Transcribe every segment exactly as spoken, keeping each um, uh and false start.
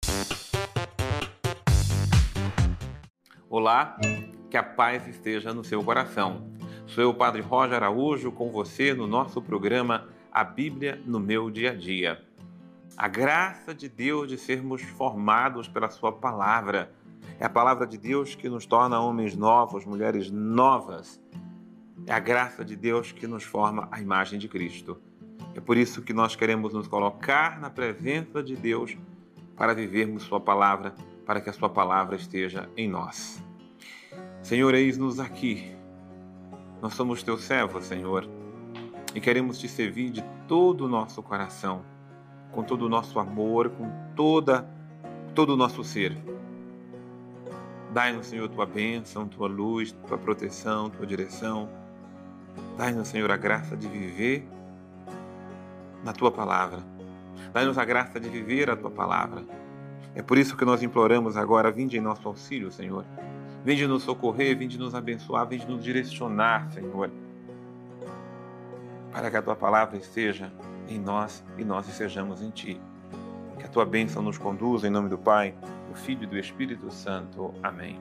Olá, que a paz esteja no seu coração. Sou eu, Padre Roger Araújo, com você no nosso programa A Bíblia no Meu Dia a Dia. A graça de Deus de sermos formados pela sua palavra. É a palavra de Deus que nos torna homens novos, mulheres novas. É a graça de Deus que nos forma à imagem de Cristo. É por isso que nós queremos nos colocar na presença de Deus para vivermos sua palavra, para que a sua palavra esteja em nós. Senhor, eis-nos aqui. Nós somos teus servos, Senhor, e queremos te servir de todo o nosso coração, com todo o nosso amor, com toda, todo o nosso ser. Dai-nos, Senhor, tua bênção, tua luz, tua proteção, tua direção. Dai-nos, Senhor, a graça de viver na tua palavra. Dai-nos a graça de viver a tua palavra. É por isso que nós imploramos agora, vinde em nosso auxílio, Senhor. Vinde nos socorrer, vinde nos abençoar, vinde nos direcionar, Senhor, para que a tua palavra esteja em nós e nós estejamos em ti. Que a tua bênção nos conduza em nome do Pai, do Filho e do Espírito Santo. Amém.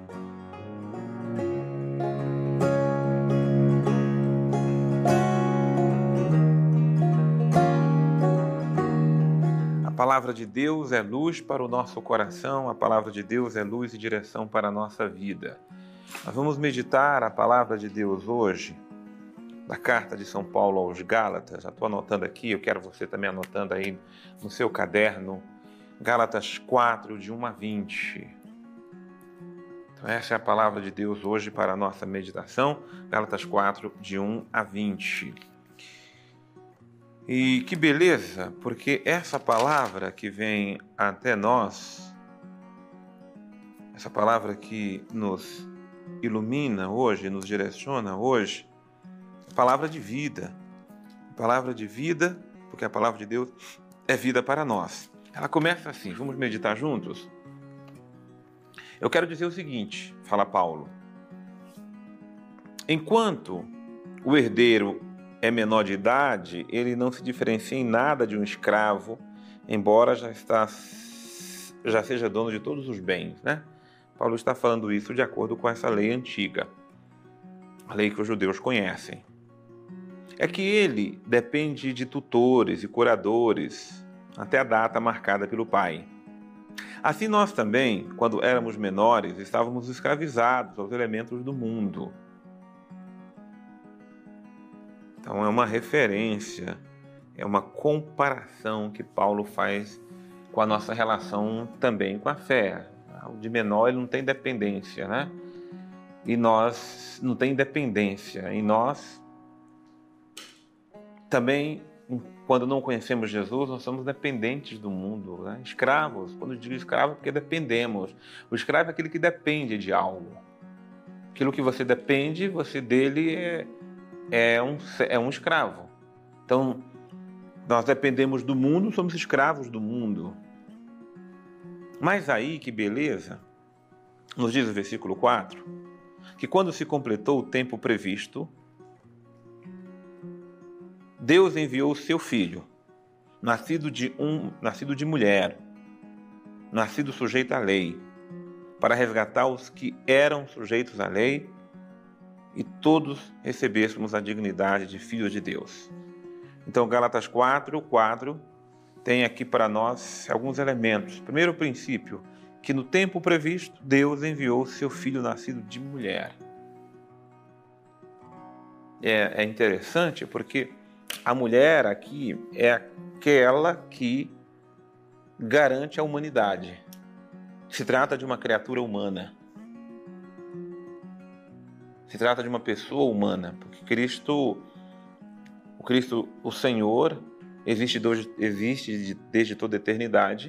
A palavra de Deus é luz para o nosso coração, a palavra de Deus é luz e direção para a nossa vida. Nós vamos meditar a palavra de Deus hoje, da carta de São Paulo aos Gálatas. Já estou anotando aqui, eu quero você também anotando aí no seu caderno, Gálatas quatro, de um a vinte. Então essa é a palavra de Deus hoje para a nossa meditação, Gálatas quatro, de um a vinte. E que beleza, porque essa palavra que vem até nós, essa palavra que nos ilumina hoje, nos direciona hoje, palavra de vida, palavra de vida, porque a palavra de Deus é vida para nós. Ela começa assim, vamos meditar juntos? Eu quero dizer o seguinte, fala Paulo: enquanto o herdeiro é menor de idade, ele não se diferencia em nada de um escravo, embora já, está, já seja dono de todos os bens, né? Paulo está falando isso de acordo com essa lei antiga, a lei que os judeus conhecem. É que ele depende de tutores e curadores até a data marcada pelo pai. Assim nós também, quando éramos menores, estávamos escravizados aos elementos do mundo. Então é uma referência, é uma comparação que Paulo faz com a nossa relação também com a fé. O de menor ele não tem dependência, né? E nós não tem dependência. E nós também, quando não conhecemos Jesus, nós somos dependentes do mundo, né? Escravos. Quando eu digo escravo é porque dependemos. O escravo é aquele que depende de algo. Aquilo que você depende, você dele é, é, um, é um escravo. Então, nós dependemos do mundo, somos escravos do mundo. Mas aí, que beleza, nos diz o versículo quatro, que quando se completou o tempo previsto, Deus enviou o seu filho, nascido de, um, nascido de mulher, nascido sujeito à lei, para resgatar os que eram sujeitos à lei e todos recebêssemos a dignidade de filhos de Deus. Então, Gálatas quatro, quatro, tem aqui para nós alguns elementos. Primeiro princípio, que no tempo previsto, Deus enviou o seu filho nascido de mulher. É, é interessante porque a mulher aqui é aquela que garante a humanidade. Se trata de uma criatura humana. Se trata de uma pessoa humana, porque Cristo, o Cristo, o Senhor, existe, existe desde toda a eternidade,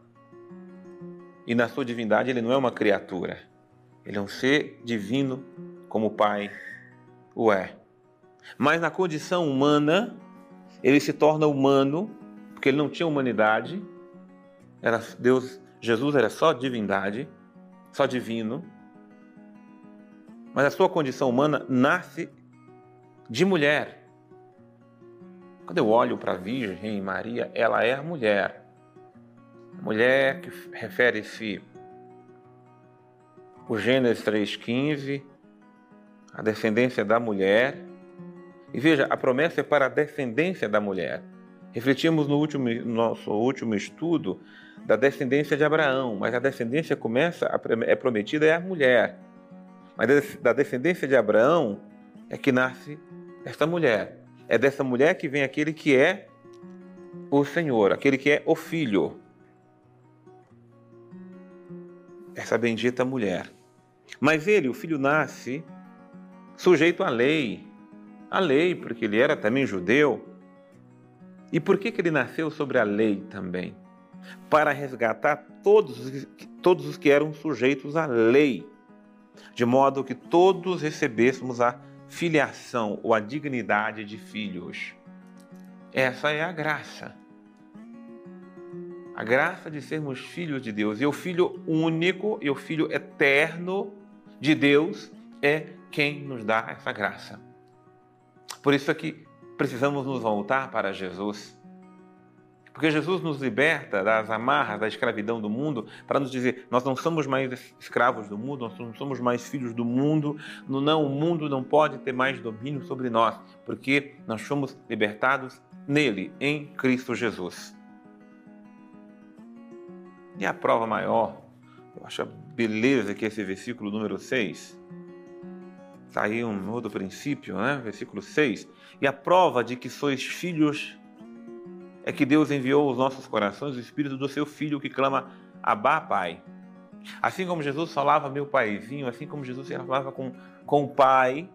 e na sua divindade ele não é uma criatura, ele é um ser divino como o Pai o é. Mas na condição humana, ele se torna humano, porque ele não tinha humanidade, era Deus, Jesus era só divindade, só divino, mas a sua condição humana nasce de mulher. Quando eu olho para a Virgem Maria, ela é a mulher. Mulher, que refere-se o Gênesis três, quinze, a descendência da mulher. E veja, a promessa é para a descendência da mulher. Refletimos no, último, no nosso último estudo da descendência de Abraão, mas a descendência começa, a, é prometida é a mulher. Mas da descendência de Abraão é que nasce esta mulher. É dessa mulher que vem aquele que é o Senhor, aquele que é o Filho. Essa bendita mulher. Mas ele, o Filho, nasce sujeito à lei. A lei, porque ele era também judeu. E por que, que ele nasceu sobre a lei também? Para resgatar todos, todos os que eram sujeitos à lei, de modo que todos recebêssemos a filiação ou a dignidade de filhos. Essa é a graça. A graça de sermos filhos de Deus. E o Filho único e o Filho eterno de Deus é quem nos dá essa graça. Por isso é que precisamos nos voltar para Jesus. Porque Jesus nos liberta das amarras, da escravidão do mundo, para nos dizer, nós não somos mais escravos do mundo, nós não somos mais filhos do mundo, não, o mundo não pode ter mais domínio sobre nós, porque nós fomos libertados nele, em Cristo Jesus. E a prova maior, eu acho a beleza que esse versículo número seis, está aí um outro princípio, né? Versículo seis, e a prova de que sois filhos é que Deus enviou aos nossos corações o Espírito do seu Filho que clama, Abá, Pai. Assim como Jesus falava, meu paizinho, assim como Jesus falava com, com o Pai,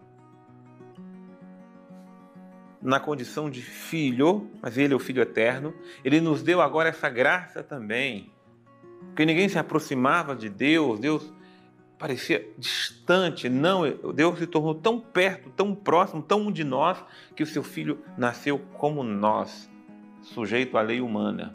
na condição de filho, mas ele é o Filho eterno, ele nos deu agora essa graça também, porque ninguém se aproximava de Deus, Deus parecia distante, não, Deus se tornou tão perto, tão próximo, tão um de nós, que o seu Filho nasceu como nós, sujeito à lei humana,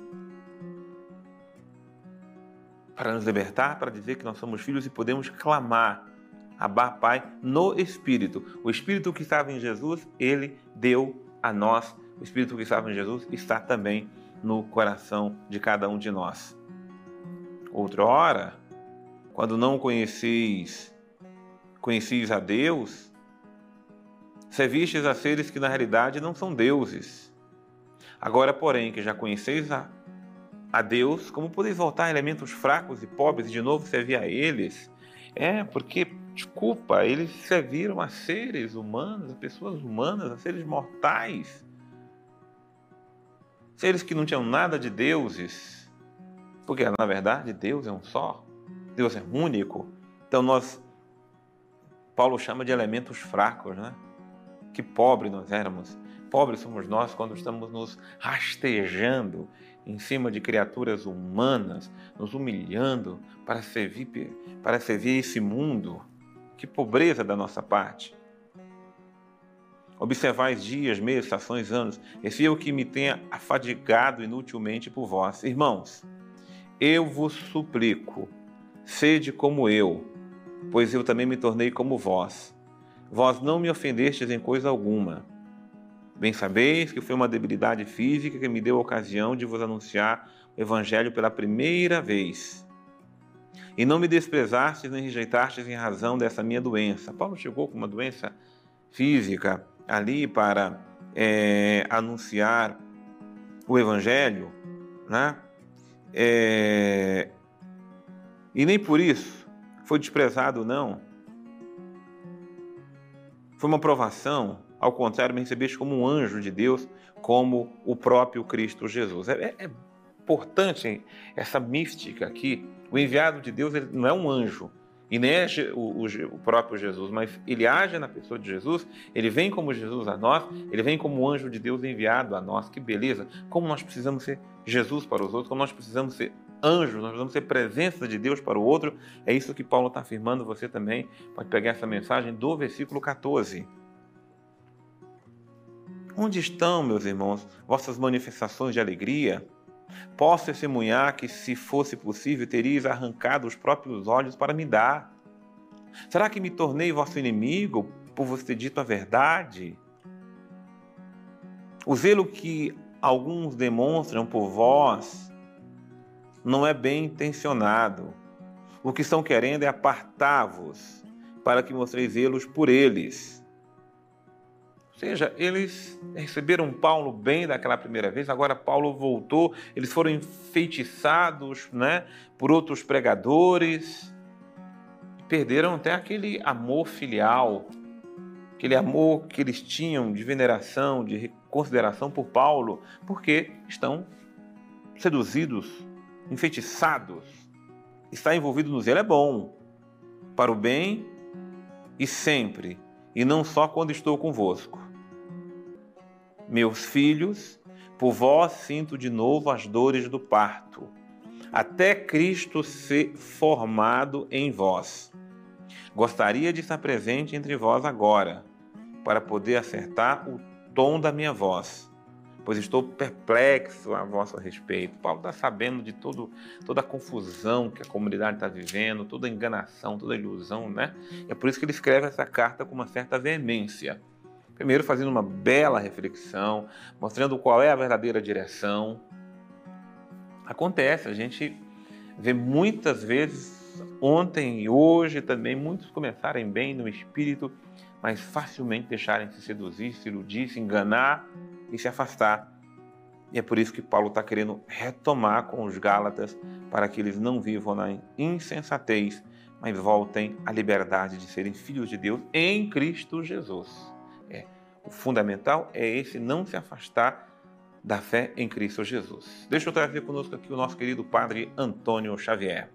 para nos libertar, para dizer que nós somos filhos e podemos clamar, Abá, Pai, no Espírito. O Espírito que estava em Jesus, ele deu a nós. O Espírito que estava em Jesus está também no coração de cada um de nós. Outrora, quando não conheceis, conheceis a Deus, servistes a seres que na realidade não são deuses. Agora, porém, que já conheceis a, a Deus, como podeis voltar a elementos fracos e pobres e de novo servir a eles? É, porque, desculpa, eles serviram a seres humanos, a pessoas humanas, a seres mortais. Seres que não tinham nada de deuses. Porque, na verdade, Deus é um só. Deus é único. Então, nós, Paulo chama de elementos fracos, né? Que pobre nós éramos. Pobres somos nós quando estamos nos rastejando em cima de criaturas humanas, nos humilhando para servir, para servir esse mundo. Que pobreza da nossa parte. Observais dias, meses, estações, anos. Esse eu que me tenha afadigado inutilmente por vós. Irmãos, eu vos suplico, sede como eu, pois eu também me tornei como vós. Vós não me ofendestes em coisa alguma. Bem sabeis que foi uma debilidade física que me deu a ocasião de vos anunciar o Evangelho pela primeira vez. E não me desprezastes nem rejeitastes em razão dessa minha doença. Paulo chegou com uma doença física ali para é, anunciar o Evangelho, né? É, e nem por isso foi desprezado, não. Foi uma provação. Ao contrário, me recebeste como um anjo de Deus, como o próprio Cristo Jesus. É, é importante essa mística aqui. O enviado de Deus ele não é um anjo, e nem é o, o, o próprio Jesus, mas ele age na pessoa de Jesus, ele vem como Jesus a nós, ele vem como o anjo de Deus enviado a nós. Que beleza! Como nós precisamos ser Jesus para os outros, como nós precisamos ser anjos, nós precisamos ser presença de Deus para o outro. É isso que Paulo está afirmando. Você também pode pegar essa mensagem do versículo catorze. Onde estão, meus irmãos, vossas manifestações de alegria? Posso testemunhar que, se fosse possível, teríeis arrancado os próprios olhos para me dar. Será que me tornei vosso inimigo por vos ter dito a verdade? O zelo que alguns demonstram por vós não é bem intencionado. O que estão querendo é apartar-vos, para que mostreis zelos por eles. Ou seja, eles receberam Paulo bem daquela primeira vez, agora Paulo voltou, eles foram enfeitiçados, né, por outros pregadores, perderam até aquele amor filial, aquele amor que eles tinham de veneração, de consideração por Paulo, porque estão seduzidos, enfeitiçados. Estar envolvido no zelo é bom, para o bem e sempre, e não só quando estou convosco. Meus filhos, por vós sinto de novo as dores do parto, até Cristo ser formado em vós. Gostaria de estar presente entre vós agora, para poder acertar o tom da minha voz, pois estou perplexo a vosso respeito. Paulo está sabendo de todo, toda a confusão que a comunidade está vivendo, toda a enganação, toda a ilusão, né? É por isso que ele escreve essa carta com uma certa veemência. Primeiro, fazendo uma bela reflexão, mostrando qual é a verdadeira direção. Acontece, a gente vê muitas vezes, ontem e hoje também, muitos começarem bem no espírito, mas facilmente deixarem se seduzir, se iludir, se enganar e se afastar. E é por isso que Paulo está querendo retomar com os Gálatas, para que eles não vivam na insensatez, mas voltem à liberdade de serem filhos de Deus em Cristo Jesus. É, o fundamental é esse, não se afastar da fé em Cristo Jesus. Deixa eu trazer conosco aqui o nosso querido Padre Antônio Xavier.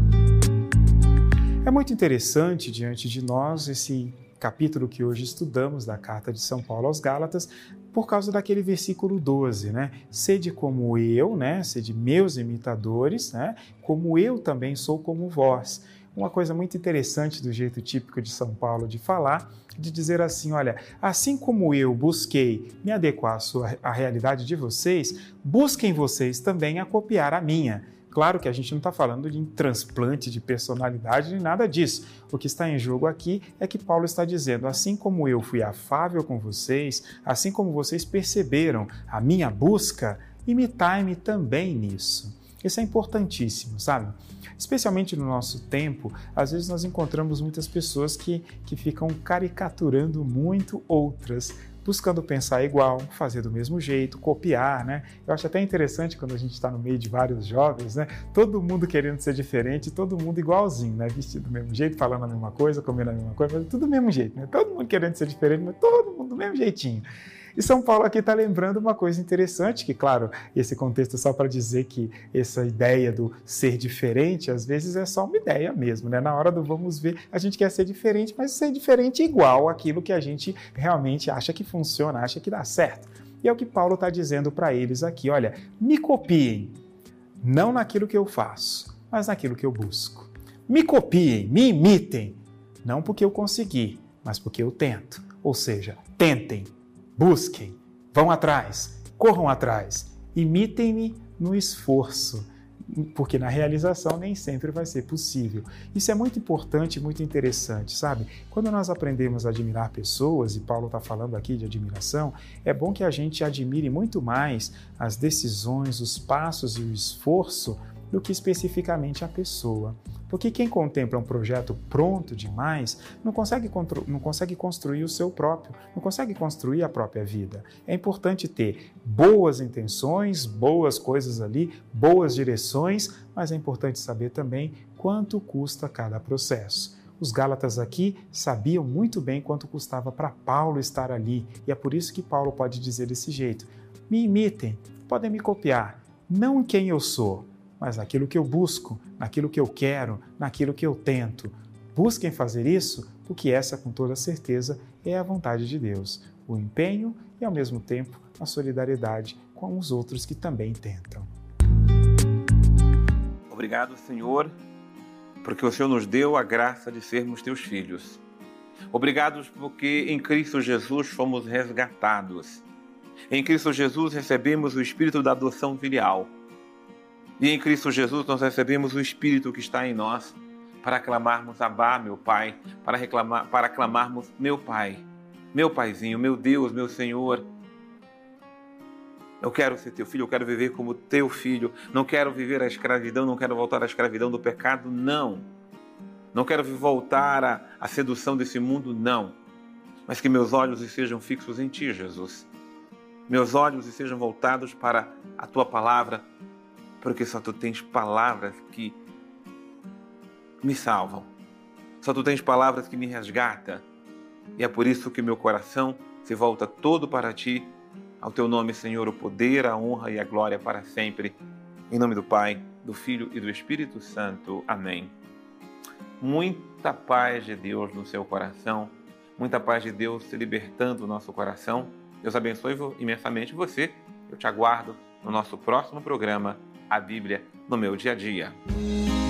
É muito interessante diante de nós esse capítulo que hoje estudamos da Carta de São Paulo aos Gálatas, por causa daquele versículo doze, né? Sede como eu, né? Sede meus imitadores, né? Como eu também sou como vós. Uma coisa muito interessante do jeito típico de São Paulo de falar, de dizer assim, olha, assim como eu busquei me adequar à, sua, à realidade de vocês, busquem vocês também a copiar a minha. Claro que a gente não está falando de transplante de personalidade nem nada disso. O que está em jogo aqui é que Paulo está dizendo, assim como eu fui afável com vocês, assim como vocês perceberam a minha busca, imitai-me também nisso. Isso é importantíssimo, sabe? Especialmente no nosso tempo, às vezes nós encontramos muitas pessoas que, que ficam caricaturando muito outras, buscando pensar igual, fazer do mesmo jeito, copiar, né? Eu acho até interessante quando a gente está no meio de vários jovens, né? Todo mundo querendo ser diferente, todo mundo igualzinho, né? Vestido do mesmo jeito, falando a mesma coisa, comendo a mesma coisa, tudo do mesmo jeito, né? Todo mundo querendo ser diferente, mas todo mundo do mesmo jeitinho. E São Paulo aqui está lembrando uma coisa interessante, que claro, esse contexto é só para dizer que essa ideia do ser diferente, às vezes é só uma ideia mesmo, né? Na hora do vamos ver, a gente quer ser diferente, mas ser diferente igual àquilo que a gente realmente acha que funciona, acha que dá certo. E é o que Paulo está dizendo para eles aqui, olha, me copiem, não naquilo que eu faço, mas naquilo que eu busco. Me copiem, me imitem, não porque eu consegui, mas porque eu tento. Ou seja, tentem. Busquem, vão atrás, corram atrás, imitem-me no esforço, porque na realização nem sempre vai ser possível. Isso é muito importante e muito interessante, sabe? Quando nós aprendemos a admirar pessoas, e Paulo está falando aqui de admiração, é bom que a gente admire muito mais as decisões, os passos e o esforço do que especificamente a pessoa. Porque quem contempla um projeto pronto demais não consegue, não consegue construir o seu próprio, não consegue construir a própria vida. É importante ter boas intenções, boas coisas ali, boas direções, mas é importante saber também quanto custa cada processo. Os Gálatas aqui sabiam muito bem quanto custava para Paulo estar ali, e é por isso que Paulo pode dizer desse jeito: me imitem, podem me copiar, não em quem eu sou, mas naquilo que eu busco, naquilo que eu quero, naquilo que eu tento. Busquem fazer isso, porque essa, com toda certeza, é a vontade de Deus. O empenho e, ao mesmo tempo, a solidariedade com os outros que também tentam. Obrigado, Senhor, porque o Senhor nos deu a graça de sermos teus filhos. Obrigado porque em Cristo Jesus fomos resgatados. Em Cristo Jesus recebemos o Espírito da adoção filial. E em Cristo Jesus nós recebemos o Espírito que está em nós para clamarmos Abá, meu Pai, para, reclamar, para clamarmos meu Pai, meu Paizinho, meu Deus, meu Senhor. Eu quero ser teu filho, eu quero viver como teu filho. Não quero viver a escravidão, não quero voltar à escravidão do pecado, não. Não quero voltar à, à sedução desse mundo, não. Mas que meus olhos estejam fixos em ti, Jesus. Meus olhos estejam voltados para a tua palavra, porque só tu tens palavras que me salvam. Só tu tens palavras que me resgatam. E é por isso que meu coração se volta todo para ti. Ao teu nome, Senhor, o poder, a honra e a glória para sempre. Em nome do Pai, do Filho e do Espírito Santo. Amém. Muita paz de Deus no seu coração. Muita paz de Deus se libertando o nosso coração. Deus abençoe imensamente você. Eu te aguardo no nosso próximo programa, A Bíblia no Meu Dia a Dia.